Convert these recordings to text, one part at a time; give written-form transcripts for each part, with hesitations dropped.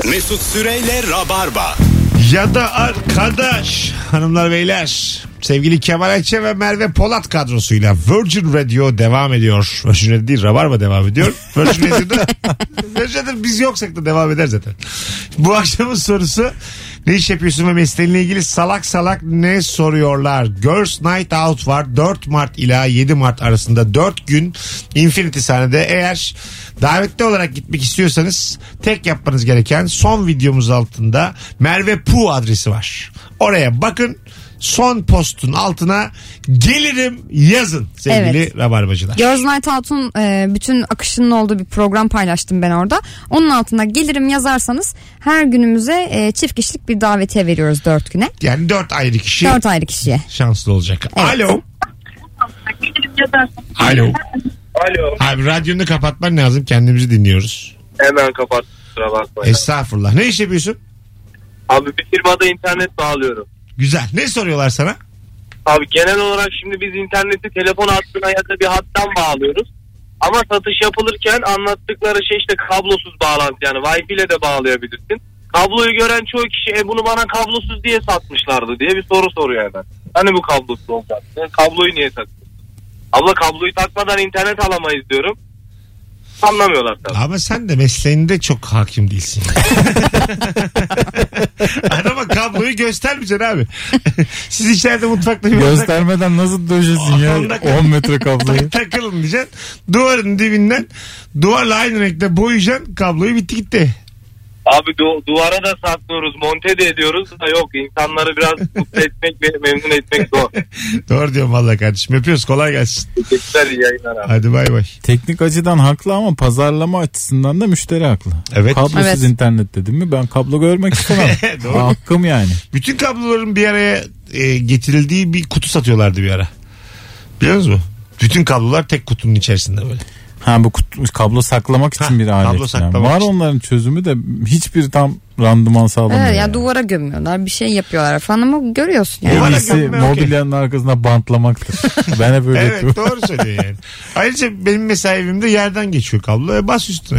Mesut Süreyle Rabarba. Ya da arkadaş hanımlar beyler, sevgili Kemal Ayça ve Merve Polat kadrosuyla Virgin Radio devam ediyor. Virgin Radio değil, Rabarba devam ediyor. Virgin Radio'da Virgin Radio biz yoksak da devam eder zaten. Bu akşamın sorusu: ne iş yapıyorsun ve mesleğinle ilgili salak salak ne soruyorlar? Girls Night Out var 4 Mart ila 7 Mart arasında 4 gün Infinity sahnede. Eğer davetli olarak gitmek istiyorsanız tek yapmanız gereken son videomuz altında Merve Pu adresi var. Oraya bakın, son postun altına gelirim yazın sevgili Evet. Rabarbacılar. Girls Night Out'un bütün akışının olduğu bir program paylaştım ben orada. Onun altına gelirim yazarsanız her günümüze çift kişilik bir davetiye veriyoruz 4 güne. Yani 4 ayrı kişi 4 ayrı kişiye. şanslı olacak. Evet. Alo. Alo. Alo. Abi radyonu kapatman lazım, kendimizi dinliyoruz. Hemen kapat, kusura bakma. Estağfurullah. Ne iş yapıyorsun? Abi bir firmada internet bağlıyorum. Güzel. Ne soruyorlar sana? Abi genel olarak şimdi biz interneti telefon hattına ya da bir hattan bağlıyoruz. Ama satış yapılırken anlattıkları şey işte kablosuz bağlantı, yani Wi-Fi ile de bağlayabilirsin. Kabloyu gören çoğu kişi bunu bana kablosuz diye satmışlardı diye bir soru soruyor hemen. Hani bu kablosuz olacak? Kabloyu niye takıyorsun? Abla kabloyu takmadan internet alamayız diyorum. Anlamıyorlar tabii. Ama sen de mesleğinde çok hakim değilsin. Adama kabloyu göstermeyeceksin abi. Siz içeride mutfakta bir Göstermeden nasıl döşesin ya 10 metre kabloyu. takılın diyeceksin. Duvarın dibinden duvarla aynı renkte boyayacaksın. Kabloyu bitti gitti. Abi duvara da saklıyoruz, monte de ediyoruz da yok, insanları biraz mutlu etmek ve memnun etmek zor. Doğru diyorum vallahi kardeşim. Yapıyoruz, kolay gelsin. Teşekkürler, iyi yayınlar abi. Hadi bay bay. Teknik açıdan haklı ama pazarlama açısından da müşteri haklı. Evet. Kablosuz Evet. internet dedim mi ben kablo görmek istemem. Doğru. Hakkım yani. Bütün kabloların bir araya getirildiği bir kutu satıyorlardı bir ara. Biliyor musunuz? Bütün kablolar tek kutunun içerisinde böyle. Ha bu kablo saklamak için bir alet. kablo saklamak Var için. onların çözümü de hiçbir tam randıman sağlamıyor. Evet, ya yani. duvara gömüyorlar, bir şey yapıyorlar falan ama görüyorsun yani. En Duvara iyisi gömme, mobilyanın arkasına bantlamaktır. Ben hep öyle Evet, yapıyorum. doğru söylüyor yani. Ayrıca benim mesela evimde yerden geçiyor kablo. Bas üstüne.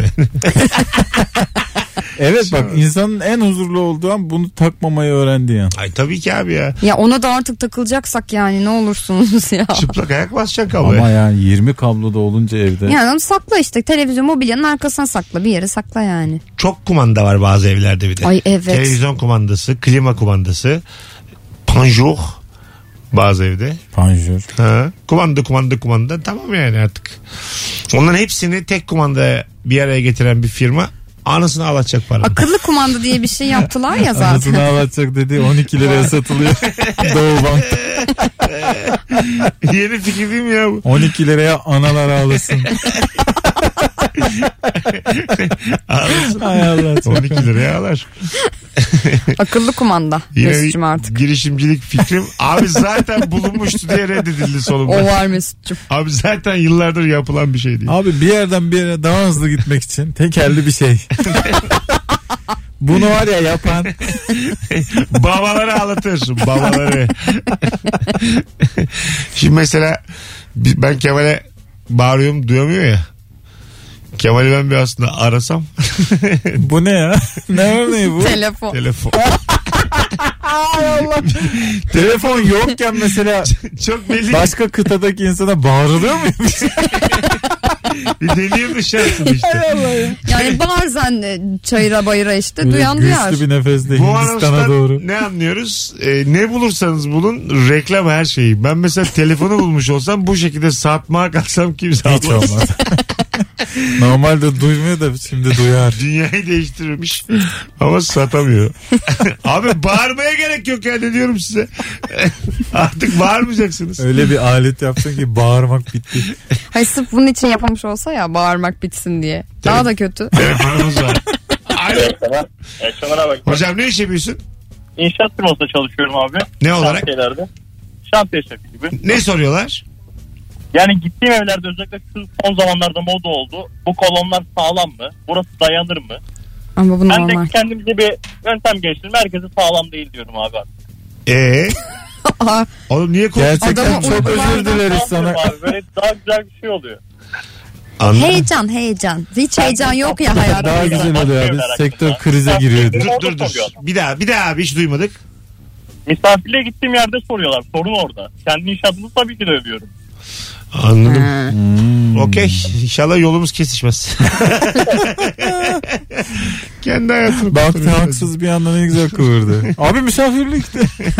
Evet bak, insanın en huzurlu olduğu an bunu takmamayı öğrendi yani. Ay tabii ki abi ya. Ya ona da artık takılacaksak yani ne olursunuz ya. Çıplak ayak basacaksın kabloya. Ama yani 20 kabloda olunca evde. Yani onu sakla işte, televizyon mobilyanın arkasına sakla, bir yere sakla yani. Çok kumanda var bazı evlerde bir de. Ay evet. Televizyon kumandası, klima kumandası, panjur bazı evde. Panjur. Ha, kumanda tamam yani artık. Onların hepsini tek kumandaya bir araya getiren bir firma anasını ağlatacak paranı. Akıllı kumanda diye bir şey yaptılar ya zaten. Anasını ağlatacak dedi, 12 liraya satılıyor. Doğu Bank. Yeni fikir değil mi ya bu? 12 liraya analar ağlasın. Ağlasın. Hay Allah. 12 liraya ağlar. Akıllı kumanda. Yine Mesut'cum artık. girişimcilik fikrim. Abi zaten bulunmuştu diye reddedildi sonunda. O var Mesut'cum. Abi zaten yıllardır yapılan bir şey değil. Abi bir yerden bir yere daha hızlı gitmek için tekerli bir şey. Bunu var ya yapan. Babaları ağlatıyorsun, babaları. Şimdi mesela ben Kemal'e bağırıyorum, duyamıyor ya. Kemal'i ben bir aslında arasam. Bu ne ya? Ne örneği bu? Telefon. Telefon. Ay Allah. Telefon yokken mesela Çok belli. başka kıtadaki insana bağırılıyor muymuş? Bir deneyim şansın işte. Yani bazen çayıra bayıra işte Böyle duyan duyar. güçlü bir nefesle Bu Hindistan'a anonstan doğru. ne anlıyoruz? Ne bulursanız bulun, reklam her şeyi. Ben mesela telefonu bulmuş olsam bu şekilde satmaya kalksam kimse Hiç almaz. olmaz. Normalde duymuyor da şimdi duyar. Dünyayı değiştirmiş ama satamıyor. Abi bağırmaya gerek yok yani, diyorum size. Artık bağırmayacaksınız. Öyle bir alet yaptın ki bağırmak bitti. Hayır, sırf bunun için yapılmış olsa ya, bağırmak bitsin diye. Daha da kötü. Telefonumuz var. Alo. Ekranlara bak. Hocam ne iş yapıyorsun? İnşaat firmasında çalışıyorum abi. Ne olarak? Şantiyelerde. Şantiye şefi gibi. Ne soruyorlar? Yani gittiğim evlerde özellikle şu son zamanlarda moda oldu. Bu kolonlar sağlam mı? Burası dayanır mı? Ama bu Ben normal. de kendimize bir yöntem geliştirdim. Herkesi sağlam değil diyorum abi. Oğlum niye korktun? Gerçekten Adamı çok uygulardan özür dileriz sana. Abi, böyle daha güzel bir şey oluyor. Anladım. Heyecan. Hiç heyecan yok ya Daha hayatımızda. güzel oluyor abi. Sektör krize giriyordur. Dur. Bir daha abi hiç duymadık. Misafirliğe gittiğim yerde soruyorlar. Sorun orada. Kendi inşaatımı tabii ki de övüyorum. Anladım. Okey. İnşallah yolumuz kesişmez. Kendi hayatını Baktı kurtarıyor. haksız bir anda ne güzel kıvırdı. Abi misafirlikte.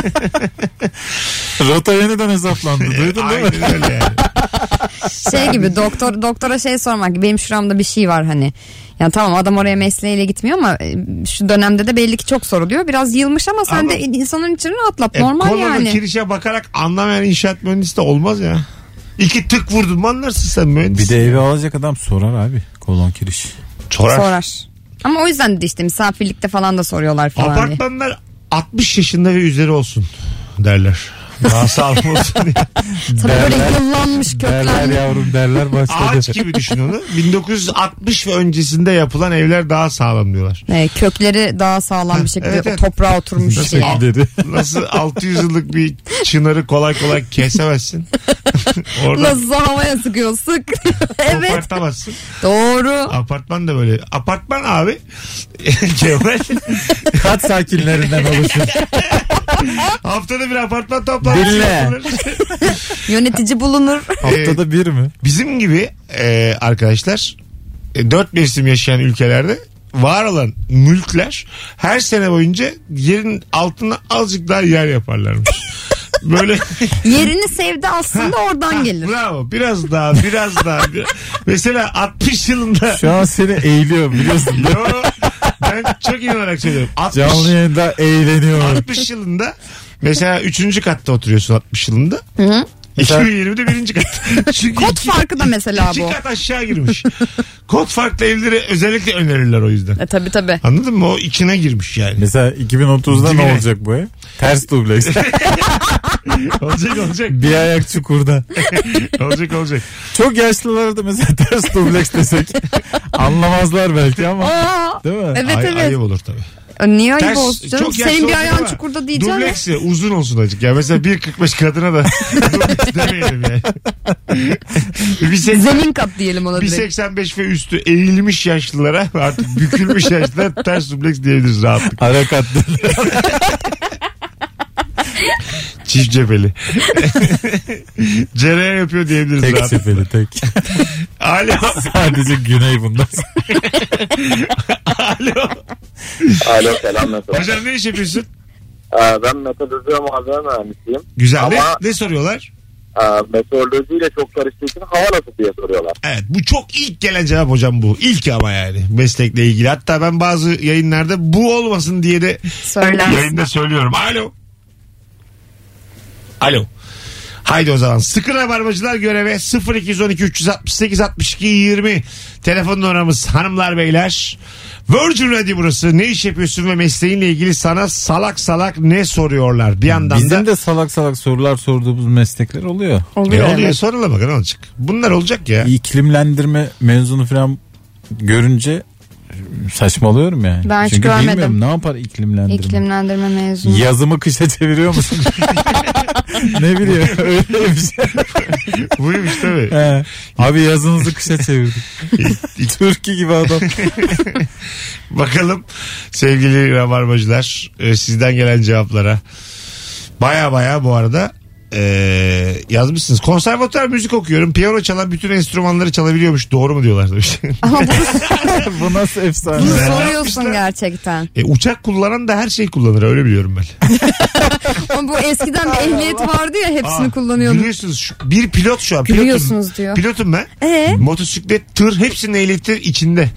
Rota yeniden hesaplandı. Duydun değil mi? Aynen öyle yani. Şey gibi doktora şey sormak gibi, benim şuramda bir şey var hani. Yani tamam, adam oraya mesleğiyle gitmiyor ama şu dönemde de belli ki çok soruluyor. Biraz yılmış ama sen Ama- de insanın içini rahatlat. Normal kolona yani. kirişe bakarak anlamayan inşaat mühendisi de olmaz ya. 2 tık vurdun mu anlarsın sen mühendis. Bir de evi alacak adam sorar abi. Kolon kiriş. Sorar. Ama o yüzden de işte misafirlikte falan da soruyorlar falan diye. Apartmanlar 60 yaşında ve üzeri olsun derler. Daha sağlam olsun diye. Tabii böyle yıllanmış, Derler köklenmiş. yavrum derler başladı. Ağaç gibi düşün onu. 1960 ve öncesinde yapılan evler daha sağlam diyorlar. Kökleri daha sağlam bir şekilde Evet, evet. toprağa oturmuş Nasıl diye. Dedi. Nasıl 600 yıllık bir çınarı kolay kolay kesemezsin. Oradan Nasıl havaya sıkıyor, sık. Evet, kopartamazsın. doğru. Apartman da böyle. Apartman abi Kemal Kat sakinlerinden oluşur. haftada bir apartman toplantısı Dinle. yapılır. Yönetici bulunur. Haftada bir mi? Bizim gibi arkadaşlar 4 mevsim yaşayan ülkelerde var olan mülkler her sene boyunca yerin altına azıcık daha yer yaparlarmış. Böyle Yerini sevdi aslında, oradan gelir. bravo, biraz daha. Mesela 60 yılında Şu an seni eğiliyor biliyorsun değil mi? Yo, ben çok inanarak söylüyorum. 60, Canlı yayında eğleniyor. 60 yılında mesela 3. katta oturuyorsun 60 yılında. Hı. 2020'de 1. kat. Çünkü Kod farkı da mesela iki bu. kat aşağı girmiş. Kod farklı evleri özellikle önerirler o yüzden. Tabii. Anladın mı? O içine girmiş yani. Mesela 2030'da Dibine. ne olacak bu ev? Ters dubleks. olacak. Bir ayak çukurda. olacak. Çok yaşlılara da mesela ters dubleks desek anlamazlar belki ama. Aa, Değil mi? evet. Ayıp olur tabii. Niye ayıp Ters, olsun canım? çok yaşlı Senin bir olsun ayağın ama çukurda değil canım. Dubleksi uzun olsun azıcık. Ya mesela 1.45 kadına da dubleks demeyelim yani. Zemin kat diyelim ona direkt. 1.85 ve üstü eğilmiş yaşlılara artık bükülmüş yaşlılara ters dubleks diyebiliriz rahatlıkla. Harekat. Çift cepheli. Cereyan yapıyor diyebiliriz Tek rahatlıkla. seferi tek. Alo. Sadece güney bundan. Alo. Alo, selam Mesut. Hocam ne iş yapıyorsun? Ben meteoroloji ve malzeme mühendisiyim. Güzel. Ama- Ne soruyorlar? Meteorolojiyle çok karıştığı için hava nasıl diye soruyorlar. Evet, bu çok ilk gelen cevap hocam bu. İlk ama yani meslekle ilgili. Hatta ben bazı yayınlarda bu olmasın diye de Söyler. yayında söylüyorum. Alo. Haydi o zaman sıkı rabarbacılar göreve 0212 368 62 20 telefon numaramız hanımlar beyler. Virgin Radio burası. Ne iş yapıyorsun ve mesleğinle ilgili sana salak salak ne soruyorlar? Bir yandan Bizim da de salak salak sorular sorduğumuz meslekler oluyor. Oluyor, oluyor, evet. sorula bakın ne olacak? Bunlar olacak ya. İklimlendirme mezunu falan görünce saçmalıyorum yani. Ben hiç Çünkü görmedim. bilmiyorum ne yapar iklimlendirme. İklimlendirme mezunu. Yazımı kışa çeviriyor musun? Ne bileyim öyleymiş. Buymuş tabii. He. Abi yazınızı kışa çevirdik. Türkiye gibi adam. Bakalım sevgili rabarbacılar sizden gelen cevaplara. Baya bu arada yazmışsınız. Konservatuar müzik okuyorum. Piyano çalan bütün enstrümanları çalabiliyormuş. Doğru mu diyorlar demiş. Ama Bu nasıl efsane. bunu Ne soruyorsun yapmışlar? gerçekten. Uçak kullanan da her şeyi kullanır öyle biliyorum ben. Ama bu eskiden bir ehliyet vardı ya, hepsini kullanıyordum. Biliyorsunuz bir pilot şu an. Gülüyorsunuz diyor. Pilotum ben. Motosiklet, tır hepsinin ehliyeti içinde.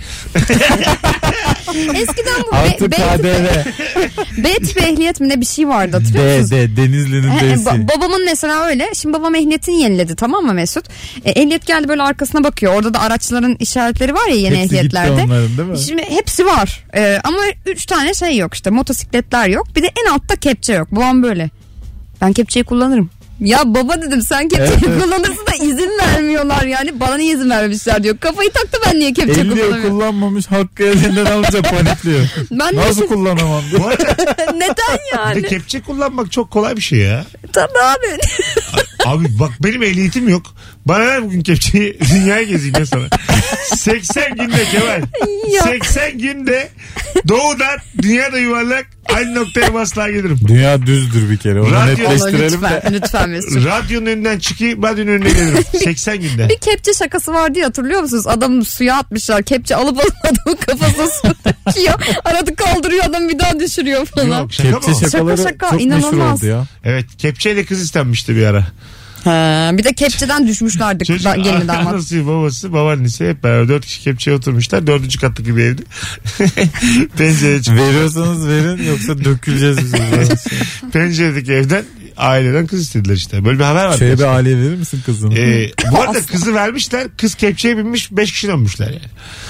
Eskiden bu Artık KDV. B tipi ehliyet mi ne bir şey vardı, hatırlıyor musunuz? Denizli'nin D'si. Babamın mesela öyle. Şimdi babam ehliyetini yeniledi, tamam mı Mesut? Ehliyet geldi, böyle arkasına bakıyor. Orada da araçların işaretleri var ya yeni Hepsi gitti ehliyetlerde. onların, değil mi? Şimdi hepsi var. Ama 3 tane şey yok işte. Motosikletler yok. Bir de en altta kepçe yok. Babam böyle. Ben kepçeyi kullanırım. Ya baba dedim, sen kepçeyi Evet. kullanırsın da izin vermiyorlar yani. Bana niye izin vermemişler diyor. Kafayı taktı, ben niye kepçe Ehliye kullanamıyorum. kullanmamış, hakkı elinden alınca panikliyor. Ben Nasıl kullanamam diyor. Bu arada Neden bir yani? de kepçe kullanmak çok kolay bir şey ya. Tabii abi. Abi bak benim ehliyetim yok. Bana ver bugün kepçeyi, dünyayı gezeyim ya sana. 80 günde Kemal. 80 günde doğudan dünyada yuvarlak aynı noktaya bastığa gelirim. Dünya düzdür bir kere. Onu netleştirelim de. Lütfen Mesut. Radyonun önünden çıkayım, radyonun önüne gelirim. 80 günde. Bir kepçe şakası vardı ya, hatırlıyor musunuz? Adamı suya atmışlar. Kepçe alıp adamın kafasına su döküyor. Arada kaldırıyor, adam bir daha düşürüyor falan. Yok, şaka Kepçe mı o? şakaları Şaka, çok meşhur inanılmaz. oldu ya. Evet, kepçeyle kız istenmişti bir ara. Ha, bir de kepçeden düşmüşlerdi gelin damat. Anası, babası, babaannesi hep beraber 4 kişi kepçeye oturmuşlar. 4. katlı bir evde. Pencere çıkıyor. Veriyorsanız verin, yoksa döküleceğiz biz. Penceredeki evden aileden kız istediler işte. Böyle bir haber var. Şöyle bir aileye verir misin kızını? Bu arada kızı vermişler. Kız kepçeye binmiş, 5 kişi dönmüşler yani.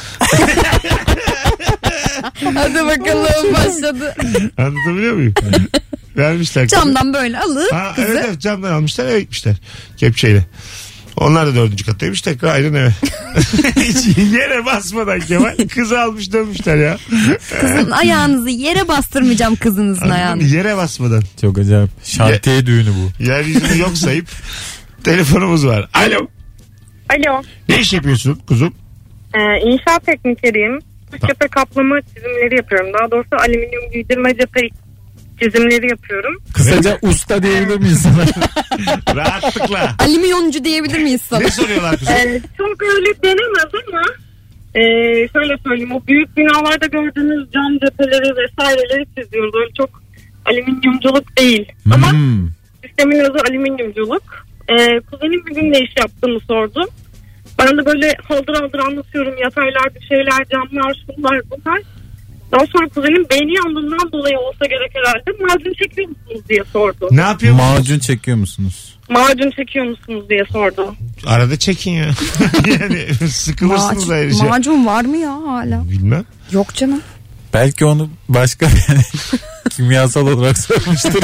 Hadi bakalım, başladı. Anlatabiliyor muyum? Vermişler kızı. Camdan böyle alıp kızı. Evet, camdan almışlar, eve gitmişler kepçeyle. Onlar da 4. kattaymış, tekrar ayrı eve. Hiç yere basmadan Kemal kızı almış dönmüşler ya. Kızın ayağınızı yere bastırmayacağım, kızınızın ayağını. Yere basmadan. Çok acayip. Şantiye düğünü bu. Yeryüzünü yok sayıp telefonumuz var. Alo. Alo. Ne iş yapıyorsun kuzum? İnşaat teknikeriyim. Cephe kaplama çizimleri yapıyorum. Daha doğrusu alüminyum giydirme cephe çizimleri yapıyorum. Kısaca usta diyebilir miyiz sana? Rahatlıkla. Alüminyoncu diyebilir miyiz sana? Ne soruyorlar kuzum? Çok öyle denemez ama şöyle söyleyeyim. O büyük binalarda gördüğünüz cam cepheleri vesaireleri çiziyoruz. Öyle çok alüminyumculuk değil. Ama sistemin özü alüminyumculuk. Kuzenim bir gün ne iş yaptığını sordu. Ben de böyle haldır haldır anlatıyorum. Yataylar, bir şeyler, camlar, şunlar, bunlar. Daha sonra kuzenim beyni yandığından dolayı olsa gerek herhalde. Macun çekiyor musunuz diye sordu. Ne yapıyor? Macun çekiyor musunuz? Macun çekiyor musunuz diye sordu. Arada çekin ya. Yani sıkılırsınız ayrıca. Macun var mı ya hala? Bilmem. Yok canım. Belki onu başka yani kimyasal olarak sormuştur.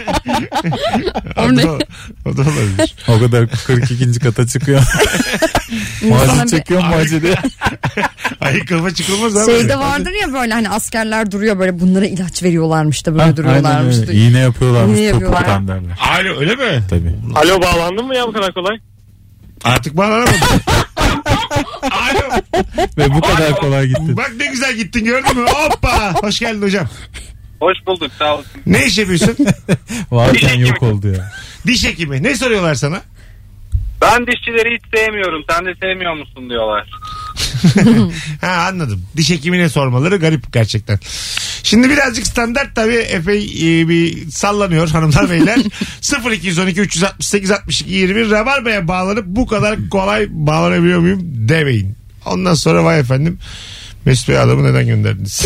O da olabilir. O kadar 42. kata çıkıyor. Macun çekiyor mu acı diye. Ay, kafa çıkılmaz abi. Şeyde vardır ya böyle, hani askerler duruyor böyle, bunlara ilaç veriyorlarmış da böyle duruyorlarmış. Aynen öyle. İğne yapıyorlarmış İğne yapıyorlar. topuktan derler. Alo, öyle mi? Tabii. Alo, bağlandın mı ya bu kadar kolay? Artık bağlanamadım. Alo. Ve bu kadar kolay gitti. Bak ne güzel gittin, gördün mü? Hoppa. Hoş geldin hocam. Hoş bulduk, sağ olasın. Ne iş yapıyorsun? Varken yok oldu ya. Diş hekimi. Ne soruyorlar sana? Ben dişçileri hiç sevmiyorum. Sen de sevmiyor musun diyorlar. Ha, anladım. Diş hekimine sormaları garip gerçekten. Şimdi birazcık standart tabii, epey bir sallanıyor hanımlar beyler. 0212 368 62 20 Rabarba'ya bağlanıp bu kadar kolay bağlanabiliyor muyum demeyin. Ondan sonra vay efendim Mesut Bey adamı neden gönderdiniz?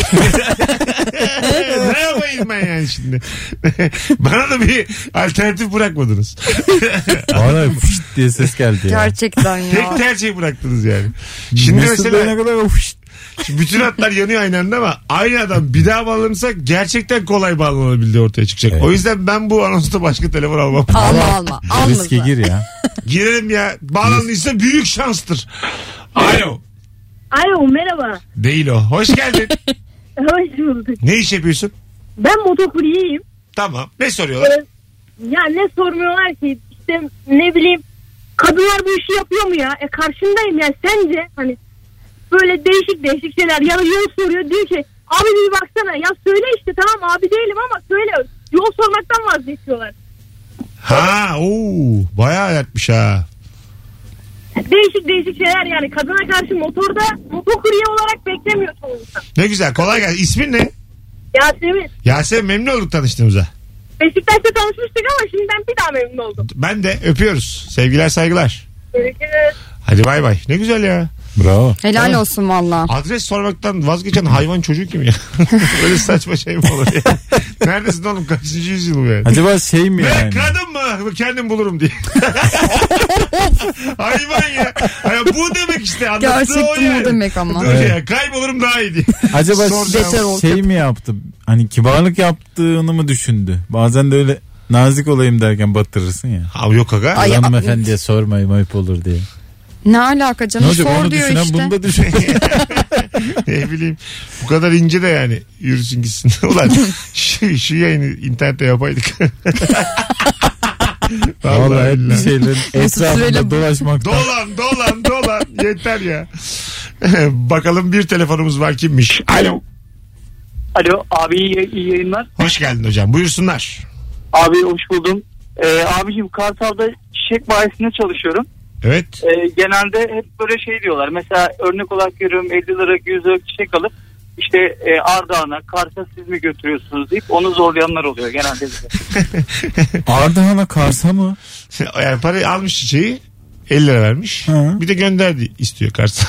Ne yapayım ben yani şimdi? Bana da bir alternatif bırakmadınız. Bana fışt diye ses geldi ya. Gerçekten ya. Tek tercih bıraktınız yani. Şimdi Mesut Bey mesela ne kadar fışt. şimdi bütün hatlar yanıyor aynı anda ama aynı adam bir daha bağlanırsa gerçekten kolay bağlanabildiği ortaya çıkacak. Evet. O yüzden ben bu anonsta başka telefon almam. Alma. Riske gir ya. Girelim ya. Bağlandıysa büyük şanstır. Alo. Alo, merhaba. Değil o. Hoş geldin. Hoş bulduk. Ne iş yapıyorsun? Ben motokuryeyim. Tamam. Ne soruyorlar? Ya ne sormuyorlar ki, işte ne bileyim, kadınlar bu işi yapıyor mu ya? Karşındayım ya, sence hani böyle değişik şeyler, ya yol soruyor, diyor ki abi bir baksana, ya söyle işte, tamam abi değilim ama söyle, yol sormaktan vazgeçiyorlar. Ha, bayağı yapmış ha. Değişik şeyler yani, kadına karşı motokurye olarak beklemiyor çoğu insan. Ne güzel, kolay gelsin. İsmin ne? Yasemin. Yasemin, memnun olduk tanıştığımıza. Beşiktaş'ta tanışmıştık ama şimdiden bir daha memnun oldum. Ben de öpüyoruz. Sevgiler, saygılar. Görüşürüz. Hadi bay bay. Ne güzel ya. Bravo. Helal olsun valla. Adres sormaktan vazgeçen hayvan çocuğu kim ya? Böyle saçma şey mi olur ya? Neredesin oğlum? Kaçıncı yüzyıl bu yani? Acaba şey mi Ben yani? kadın mı? Kendim bulurum diye. Hayvan ya. Ya bu demek işte. Anlattığı o Gerçekten yani. o demek ama. Dur ya, kaybolurum daha iyi diye. Acaba Soracağım. şey mi yaptı? Hani kibarlık yaptığını mı düşündü? Bazen de öyle nazik olayım derken batırırsın ya. Abi yok aga. Ay, Hanımefendiye sormayayım, ayıp olur diye. Ne alaka Ne canım, olacak, sor onu diyor düşünen işte. bunu da düşün. Ne bileyim. Bu kadar ince de yani. Yürüsün gitsin. Ulan şu yayını internette yapaydık. Vallahi hep bir şeylerin etrafında Süreyle- dolaşmaktan. Dolan yeter ya. Bakalım bir telefonumuz var, kimmiş? Alo. Alo abi iyi yayınlar. Hoş geldin hocam, buyursunlar. Abi hoş buldum. Abicim Kartal'da çiçek bayisinde çalışıyorum. Evet. Genelde hep böyle şey diyorlar. Mesela örnek olarak görüyorum 50 liralık 100 liralık çiçek alıp işte Ardahan'a, Kars'a siz mi götürüyorsunuz deyip onu zorlayanlar oluyor genelde bize. Ardahan'a, Kars'a mı? Yani parayı almış çiçeği, 50 lira vermiş. Hı. Bir de gönderdi istiyor Kars'a.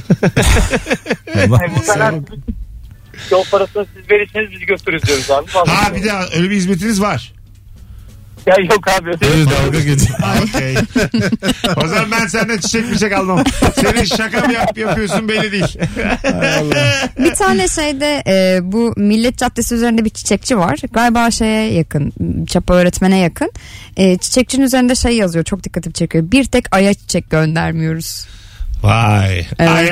Allah Muhtemelen yol parasını siz verirseniz biz götürürüz diyoruz abi. Ha bir de öyle bir hizmetiniz var. Ya yok abi. Böyle dalga geçiyor. Okey. O zaman ben senden çiçek almam. Senin şaka mı yapıyorsun belli değil. Bir tane şeyde bu Millet Caddesi üzerinde bir çiçekçi var. Galiba şeye yakın, Çapa öğretmene yakın. Çiçekçinin üzerinde şey yazıyor, çok dikkatimi çekiyor. Bir tek aya çiçek göndermiyoruz. Vay. Evet.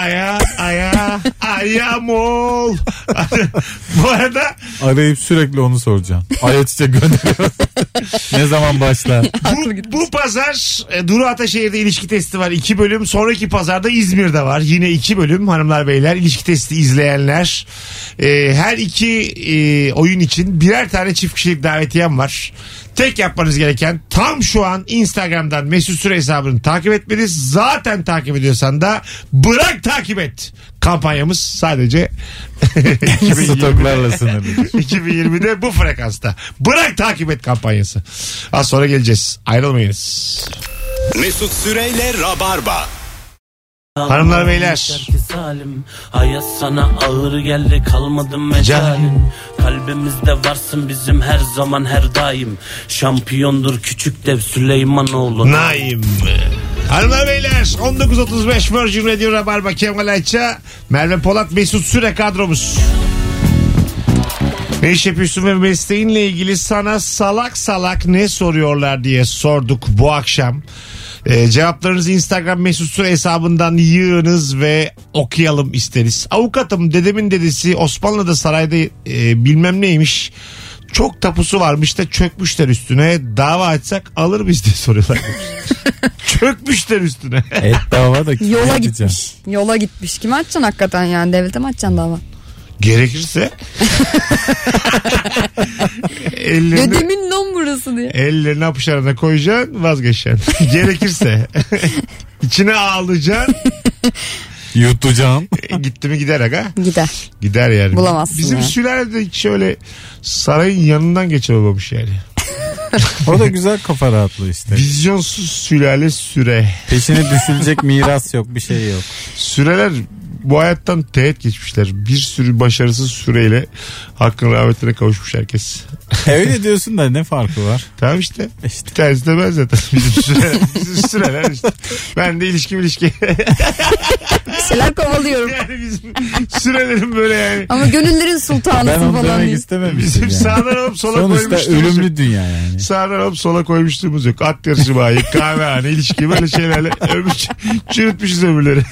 Aya mol. Bu arada Arayıp sürekli onu soracağım. Aya çiçek gönderiyor. Ne zaman başlar? bu pazar Duru Ataşehir'de ilişki testi var. 2 bölüm. Sonraki pazarda İzmir'de var. Yine 2 bölüm hanımlar beyler. İlişki testi izleyenler. Her iki oyun için birer tane çift kişilik davetiyem var. Tek yapmanız gereken tam şu an Instagram'dan Mesut Süre hesabını takip etmeniz. Zaten takip ediyorsan da bırak takip et. Kampanyamız sadece 2020'de, Stoklarla sınırlı. 2020'de bu frekansta. Bırak takip et kampanyası. Az sonra geleceğiz. Ayrılmayınız. Mesut Süreyle Rabarba. Hanımlar beyler. Hayat sana ağır geldi, kalmadım mecalim. Kalbimizde varsın bizim her zaman her daim. Şampiyondur küçük dev Süleymanoğlu. Naim. Hanımlar beyler 19.35 Virgin Radio Rabarba, Kemal Ayça, Merve Polat, Mesut Süre kadromuz. Ne iş yapıyorsun ve mesleğinle ilgili sana salak ne soruyorlar diye sorduk bu akşam. Cevaplarınızı Instagram Mesut Süre hesabından yığınız ve okuyalım isteriz. Avukatım, dedemin dedesi Osmanlı'da sarayda bilmem neymiş. Çok tapusu varmış da çökmüşler üstüne. Dava açsak alır mıyız diye soruyorlar. Çökmüşler üstüne. Et dava da kime Yola gideceğim? gitmiş. Yola gitmiş. Kime açacaksın hakikaten yani? Devlete mi açacaksın dava? Gerekirse ellerini, Dedemin lan burası diye. ellerini apışarına koyacaksın, vazgeçeceksin. Gerekirse içine ağlayacaksın. Yutacağım. Gitti mi gider aga. Gider. Gider yani. Bulamazsın Bizim ya. sülalede hiç öyle sarayın yanından geçen olmamış yani. O da güzel kafa rahatlığı işte. Vizyonsuz sülale süre. Peşine düşülecek miras yok, bir şey yok. Süreler bu hayattan teğet geçmişler. Bir sürü başarısız süreyle hakkın rahmetine kavuşmuş herkes. Öyle diyorsun da ne farkı var? Tamam işte. İşte. Bir tanesi de ben zaten. Bizim süreler işte. Ben de ilişki. Bir şeyler kovalıyorum. Yani bizim sürelerin böyle yani. Ama gönüllerin Ben sultanısın onu falan demek değil. istememiştim Bizim yani. sağdan alıp sola Sonuçta koymuşluğumuz yok. ölümlü dünya yani. Sağdan alıp sola koymuşluğumuz yok. At yarışı bayi, kahvehane, ilişki böyle şeylerle çürütmüşüz ömürleri.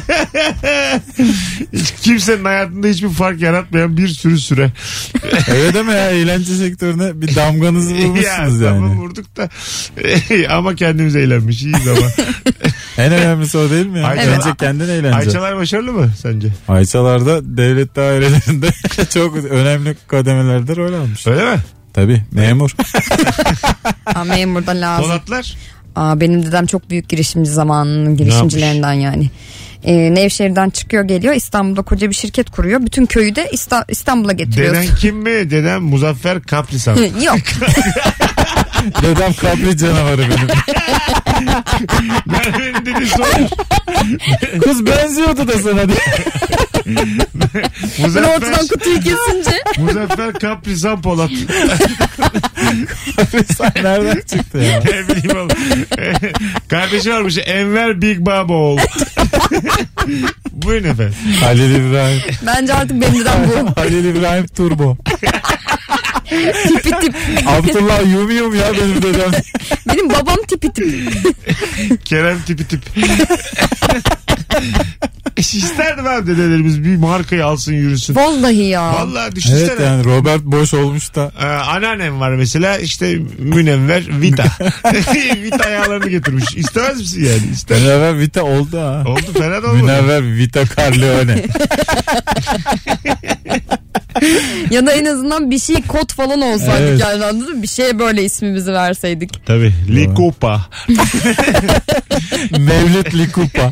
Hiç kimsenin hayatında hiçbir fark yaratmayan bir sürü süre. Öyle deme ya, eğlence sektörüne bir damganızı vurmuşsunuz Ya tamam, yani. vurduk da ama kendimiz eğlenmiş, iyiyiz ama. En önemlisi o değil mi? Ya? Ayça- Önce kendin eğleneceksin. Ayçalar başarılı mı sence? Ayçalarda devlet dairelerinde çok önemli kademelerde rol almış. Öyle mi? Tabii memur. Aa, memurda lazım. Polatlar? Benim dedem çok büyük girişimci zamanının girişimcilerinden yani. Nevşehir'den çıkıyor geliyor, İstanbul'da koca bir şirket kuruyor. Bütün köyü de İstanbul'a getiriyor. Deden kim mi? Dedem Muzaffer Kaprisan. Yok. Dedem kapri canavarı benim. Merve'nin dedesi olmuş. Kız benziyordu da sana diye. Bunu ortadan kutuyu kesince. Muzaffer Kaprisan Polat. Sen nereden çıktı ya? Ne bileyim oğlum. Kardeşi varmış Enver Big Baba oğlu. Buyurun efendim. Halil İbrahim. Bence artık benim dedem bu. Halil İbrahim Turbo. Tipi tip. Abdullah Yum ya benim dedem. Benim babam tipi tip. Kerem tipi tip. İsterdim abi dedelerimiz bir markayı alsın yürüsün. Vallahi ya. Vallahi düşünsene. Evet yani Robert Bosch olmuş da. Anneannem var mesela işte Münevver Vita. Vita ayağlarını getirmiş. İstemez misin yani? İster. Münevver Vita oldu ha. Oldu, fena da olmadı. Münevver Vita Corleone. Ya da en azından bir şey kod falan olsaydık Evet. yani, anladın mı? Bir şeye böyle ismimizi verseydik. Tabii. Likupa. Mevlüt Likupa.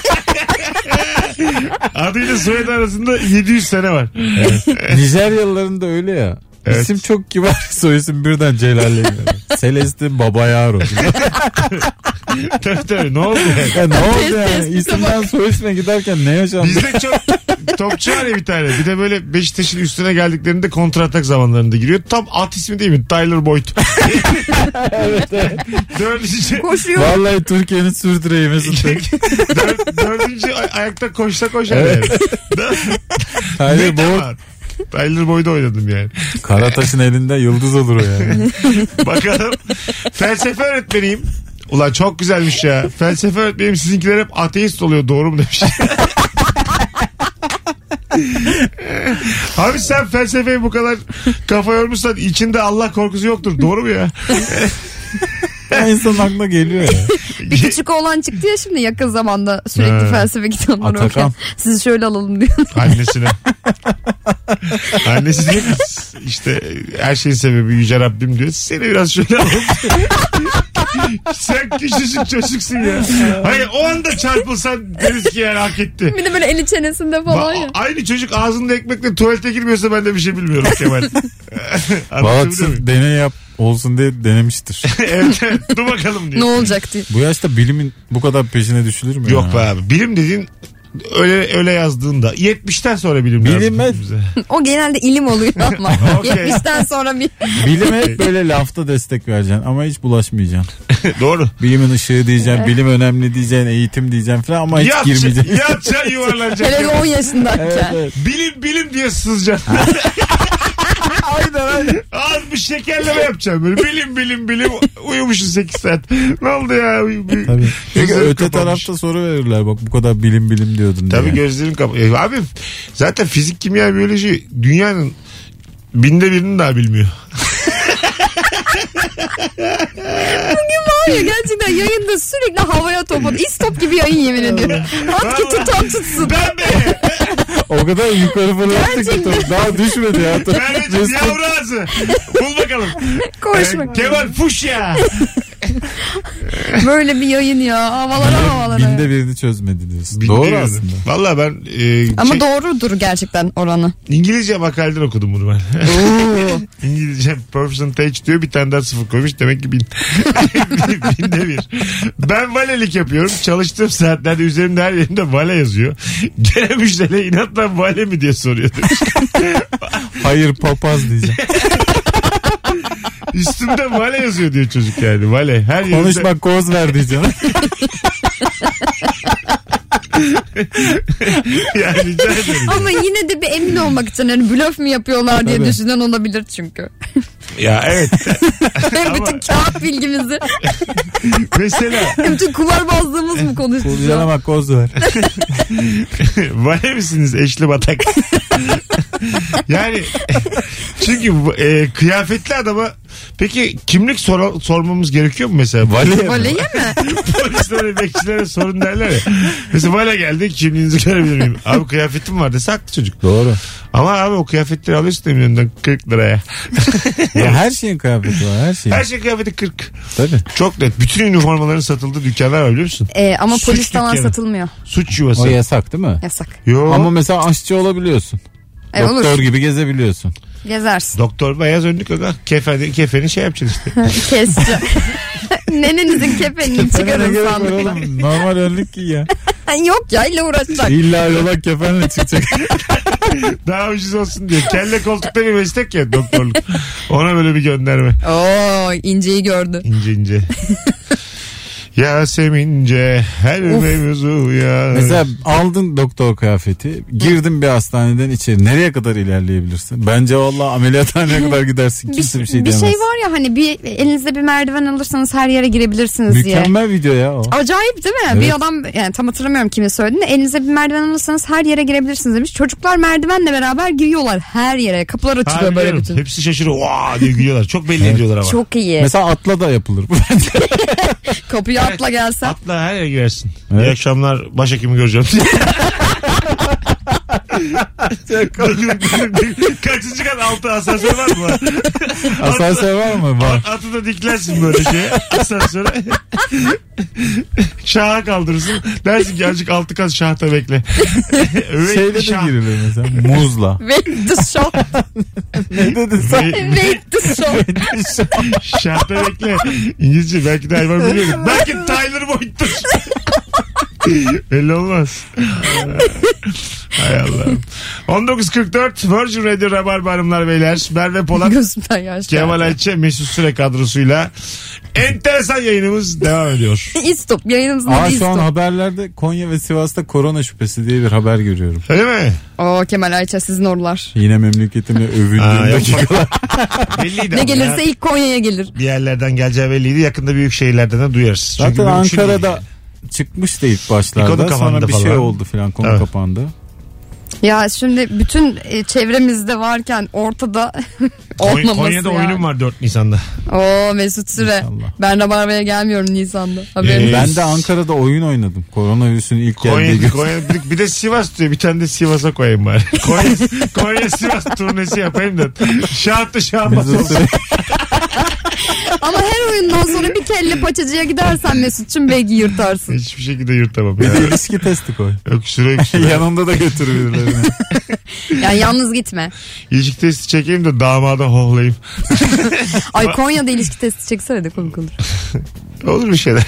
Adıyla soyadı arasında 700 sene var. Evet. Nijeryalıların da öyle ya. Evet. İsim çok kibar, soy isim birden celalleniyor. Celestin Babayaro. Tabii ne oldu yani? Ya ne oldu yani? İsimden soy isme giderken ne yaşandı? Bizde çok topçu var ya bir tane. Bir de böyle Beşiktaş'ın üstüne geldiklerinde kontratak zamanlarında giriyor. Tam at ismi değil mi? Tyler Boyd. Evet. Dördüncü, Koşuyor. Vallahi Türkiye'nin sürdüreği Mesut Bey. dördüncü ayakta koşsa koşar Evet. yani. Tyler Boyd. Tyler Boyd'u oynadım yani. Karataş'ın elinde yıldız olur o yani. Bakalım. Felsefe öğretmeniyim. Ulan çok güzelmiş ya. Felsefe öğretmenim, sizinkiler hep ateist oluyor. Doğru mu demiş. Abi sen felsefeyi bu kadar kafa yormuşsan içinde Allah korkusu yoktur. Doğru mu ya? İnsanın aklına geliyor ya. Bir küçük oğlan çıktı ya şimdi yakın zamanda, sürekli Ha. felsefe kitapları Atakan. okuyan. Sizi şöyle alalım diyor. Annesine. Annesi diyor ki işte her şeyin sebebi Yüce Rabbim diyor. Seni biraz şöyle alalım. Sen küçücük çocuksun ya. Hayır, o anda çarpılsan deriz ki yani hak etti. Bir de böyle eli çenesinde falan ya. Aynı çocuk ağzında ekmekle tuvalete girmiyorsa ben de bir şey bilmiyorum Kemal. Valla Anlatabiliyor muyum? deney yap olsun diye denemiştir. Evet, dur bakalım diyor. Ne olacak diye. Bu yaşta bilimin bu kadar peşine düşülür mü? Yok ya? be abi. Bilim dediğin öyle yazdığında 70'ten sonra bilim Bilim lazım bize. O genelde ilim oluyor ama. Okey. 70'ten sonra bir... Bilim hep böyle lafta destek vereceksin ama hiç bulaşmayacaksın. Doğru. Bilimin ışığı diyeceksin, bilim önemli diyeceksin, eğitim diyeceksin falan ama hiç girmeyeceksin. Yatacaksın, yuvarlanacaksın. Hele de 10 yaşındayken. Evet, evet. Bilim diye sızacaksın. aynen. Az bir şekerleme yapacağım böyle. Bilim. Uyumuşsun 8 saat. Ne oldu ya? Tabii. Çünkü Gözlerim öte kapanmış. tarafta soru verirler. Bak bu kadar bilim diyordun Tabii diye. gözlerim kapalı. Abi zaten fizik, kimya, biyoloji dünyanın 1/1000'ini daha bilmiyor. Var ya gerçekten yayında sürekli havaya topladı. İstop gibi yayın, yemin ediyorum. At ki tutan tutsun. Ben de. O kadar yukarı fırlattık ki Gerçekten. daha düşmedi ya. Merveciğim yavru ağzı. Bul bakalım. Koşma. Kemal fuş ya. Böyle bir yayın ya. Havalara. Binde birini çözmedi diyorsun. Doğru Bilmiyorum. aslında. Valla ben Ama doğrudur gerçekten oranı. İngilizce makaleden okudum bunu ben. İngilizce percentage diyor, bir tane daha sıfır koymuş. Demek ki 1000. 1/1000. Ben valelik yapıyorum. Çalıştığım saatlerde üzerimde her yerinde vale yazıyor. Gene müşteriye inatla vale mi diye soruyor demiş. Hayır papaz diyeceğim. Üstümde vale yazıyor diyor çocuk yani. Vale. Her yerinde. Konuşma koz ver diyeceğim. Yani rica ederim. Ama yine de bir emin olmak için hani blöf mü yapıyorlar diye Tabii. düşünen olabilir çünkü. Ya evet. Bütün kağıt bilgimizi, Mesela bütün kumarbazlığımız mı konuştuk? Kurcana bak koz ver. vale misiniz eşli batak? Yani çünkü kıyafetli adama peki kimlik sormamız gerekiyor mu mesela? Valeye mi? Polislere, bekçilere sorun derler ya. Mesela vale geldi, kimliğinizi görebilir miyim? Abi kıyafetim var dese haklı çocuk. Doğru. Ama abi o kıyafetleri alıyorsun eminönünden 40 liraya. Ya her şeyin kıyafeti var, her şeyin. Her şey kıyafeti 40. Tabii. Çok net. Bütün üniformaların satıldığı dükkanlar var biliyor musun? Ama Suç polis falan dükkanı. satılmıyor. Suç yuvası. O yasak değil mi? Yasak. Yo. Ama mesela aşçı olabiliyorsun. Olur. Doktor gibi gezebiliyorsun. Gezersin. Doktor beyaz önlük aga. Kefeni şey yapacaksın işte. Keseceğim. Nenenizin kefenini çıkarın gerek var sandım. oğlum? Normal önlük giy ya. Yok ya, ile uğraşacak. İlla yola kefenle çıkacak. Daha ucuz olsun diye. Kelle koltukta bir meslek ya doktorluk. Ona böyle bir gönderme. Oo, inceyi gördü. İnce. Yasemince her mevzu ya. Mesela aldın doktor kıyafeti, girdin bir hastaneden içeri. Nereye kadar ilerleyebilirsin? Bence vallahi ameliyathaneye kadar gidersin. Kimse bir şey bir diyemez. şey var ya hani bir elinizde bir merdiven alırsanız her yere girebilirsiniz diye. Mükemmel video ya o. Acayip değil mi? Evet. Bir adam yani tam hatırlamıyorum kimin söylediğini. Elinize bir merdiven alırsanız her yere girebilirsiniz demiş. Çocuklar merdivenle beraber giriyorlar her yere. Kapılar açılıyor böyle bütün. Hepsi şaşırıyor. Vaa diye gülüyorlar. Çok belli ediyorlar ama. Çok iyi. Mesela atla da yapılır. Kapıyı atla gelsen. Atla her yere girersin. Evet. İyi akşamlar, başhekimi göreceğim. Kaçıncı kat, altı asansör var mı? Asansör var mı? Var. Atı da diklersin böyle şeye asansöre. Şaha kaldırırsın. Dersin ki azıcık altı kat şahta bekle. Şeyle de girilir mesela. Muzla. Wait the shop. Ne dedin sen? Wait the shop. Şahta bekle. İngilizce belki de hayvan biliyorum. Belki Tyler Boyd'dur. Belli olmaz. Hay Allah'ım. 19.44 Virgin Radio Rabarba Hanımlar Beyler. Merve Polat, Gözümden yaş Kemal geldi. Ayça, Mesut Süre kadrosuyla enteresan yayınımız devam ediyor. İstop. Yayınımızın adı Şu an İstop. haberlerde Konya ve Sivas'ta korona şüphesi diye bir haber görüyorum. Öyle mi? Oo Kemal Ayça sizin oralar. Yine memleketime övündüğüm dakikalar. Belliydi Ne ama gelirse ya. ilk Konya'ya gelir. Bir yerlerden geleceği belliydi. Yakında büyük şehirlerden de duyarız. Çünkü Zaten mümkün Ankara'da değil. çıkmıştı ilk Bir başlarda. konu kapandı Sonra bir şey falan. oldu filan, konu Evet. kapandı. Ya şimdi bütün çevremizde varken ortada olmaması Konya'da yani. oyunum var 4 Nisan'da. Oo Mesut Süre. İnşallah. Ben Rabarba'ya gelmiyorum Nisan'da. Haberiniz. Ben de Ankara'da oyun oynadım. Koronavirüsün ilk geldiği gün. Konya, bir de Sivas diyor. Bir tane de Sivas'a koyayım bari. Konya Sivas turnesi yapayım da. Şahatlı şahmat olsun. Ama her oyundan sonra bir kelle paçacıya gidersen Mesut'cum belki yırtarsın. Hiçbir şekilde yırtamam. Bir Ya. de ilişki testi koy. Öksüre. Yanında da götür birilerini. Yani yalnız gitme. İlişki testi çekeyim de damada hohlayayım. Ay Konya'da ilişki testi çeksene de komik olur. Olur bir şeyler.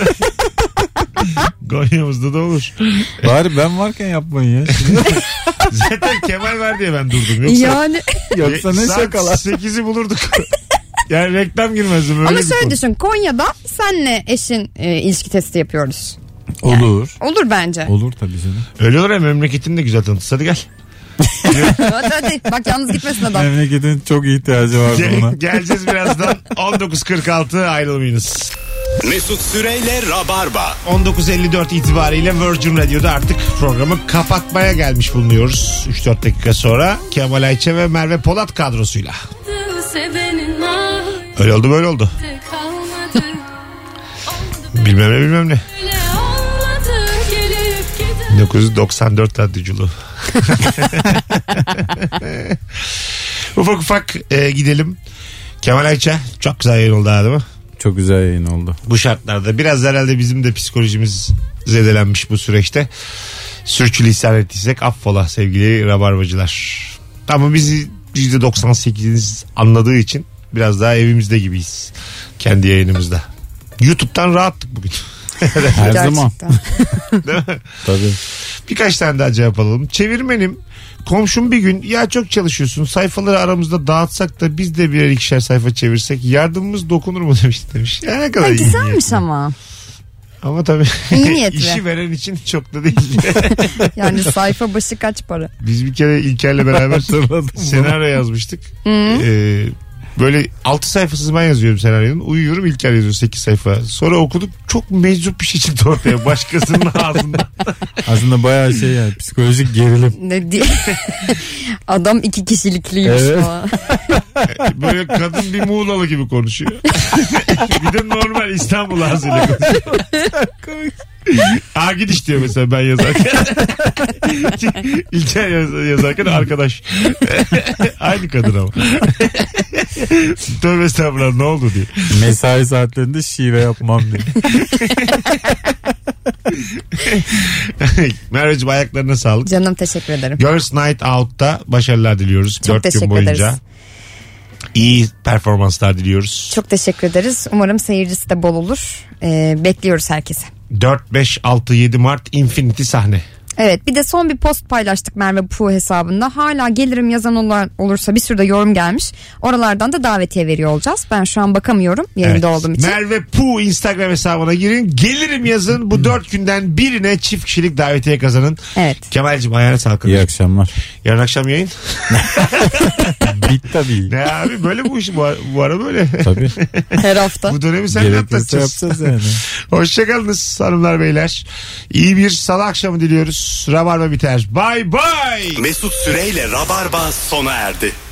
Konya'mızda da olur. Bari ben varken yapmayın ya. Zaten Kemal var diye ben durdum. Yoksa, Yani Yoksa ne saat şakalar. 8'i bulurduk. Yani reklam girmezdim. Öyle ama bir şöyle konu. düşün Konya'da senle eşin ilişki testi yapıyoruz. Olur. Olur bence. Olur tabii canım. Öyle olur ya, memleketin de güzel tanıtısı. Hadi gel. hadi. Bak yalnız gitmesin adam. Memleketin çok ihtiyacı var buna. Geleceğiz birazdan. 19.46 ayrılmayınız. Mesut Süreyle Rabarba. 19.54 itibariyle Virgin Radio'da artık programı kapatmaya gelmiş bulunuyoruz. 3-4 dakika sonra Kemal Ayça ve Merve Polat kadrosuyla. Öyle oldu böyle oldu. Bilmem ne. 1994 radyoculuğu. Ufak ufak gidelim. Kemal Ayça çok güzel yayın oldu, değil mi? Çok güzel yayın oldu. Bu şartlarda biraz herhalde bizim de psikolojimiz zedelenmiş bu süreçte. Sürçülisan ettiysek affola sevgili rabarbacılar. Ama bizi %98'iniz anladığı için biraz daha evimizde gibiyiz. Kendi yayınımızda. YouTube'dan rahattık bugün. Her zaman. Değil mi? Tabii. Birkaç tane daha cevap alalım. Çevirmenim. Komşum bir gün ya çok çalışıyorsun sayfaları aramızda dağıtsak da biz de birer ikişer sayfa çevirsek yardımımız dokunur mu demiş. Ya ne kadar iyi Güzelmiş niyetli. ama. Ama tabii İyi niyetli. işi veren için çok da değil. Yani sayfa başı kaç para? Biz bir kere İlker'le beraber senaryo yazmıştık. Böyle 6 sayfasız ben yazıyorum senaryonun. Uyuyorum, İlker yazıyor 8 sayfa. Sonra okuduk, çok meczup bir şey çıktı ortaya. Başkasının ağzından. Aslında bayağı şey yani, psikolojik gerilim. Ne diye? Adam 2 kişilikliymiş Evet. falan. Böyle kadın bir Muğlalı gibi konuşuyor. Bir de normal İstanbul ağzıyla konuşuyor. Gidiş diyor mesela ben yazarken. İlker yazarken arkadaş. Aynı kadın ama. Tövbe estağfurullah, ne oldu diye. Mesai saatlerinde şive yapmam diye. Merveciğim ayaklarına sağlık. Canım teşekkür ederim. Girls Night Out'ta başarılar diliyoruz. Çok 4 gün teşekkür boyunca. ederiz. İyi performanslar diliyoruz. Çok teşekkür ederiz. Umarım seyircisi de bol olur. Bekliyoruz herkese. 4, 5, 6, 7 Mart Infinity sahne. Evet, bir de son bir post paylaştık Merve Pu hesabında. Hala gelirim yazan olursa, bir sürü de yorum gelmiş. Oralardan da davetiye veriyor olacağız. Ben şu an bakamıyorum yayında olduğum için. Merve Pu Instagram hesabına girin. Gelirim yazın. Bu 4 günden birine çift kişilik davetiye kazanın. Evet. Kemal'cim ayağına sağlık. İyi akşamlar. Yarın akşam yayın. Bit tabii. Ne abi, böyle bu iş bu ara böyle. Tabii. Her hafta. Bu dönemi sen de Gerekirse atlatacağız. yapacağız yani. Hoşçakalınız hanımlar beyler. İyi bir salı akşamı diliyoruz. Rabarba biter. Bye bye. Mesut Süreyle Rabarba sona erdi.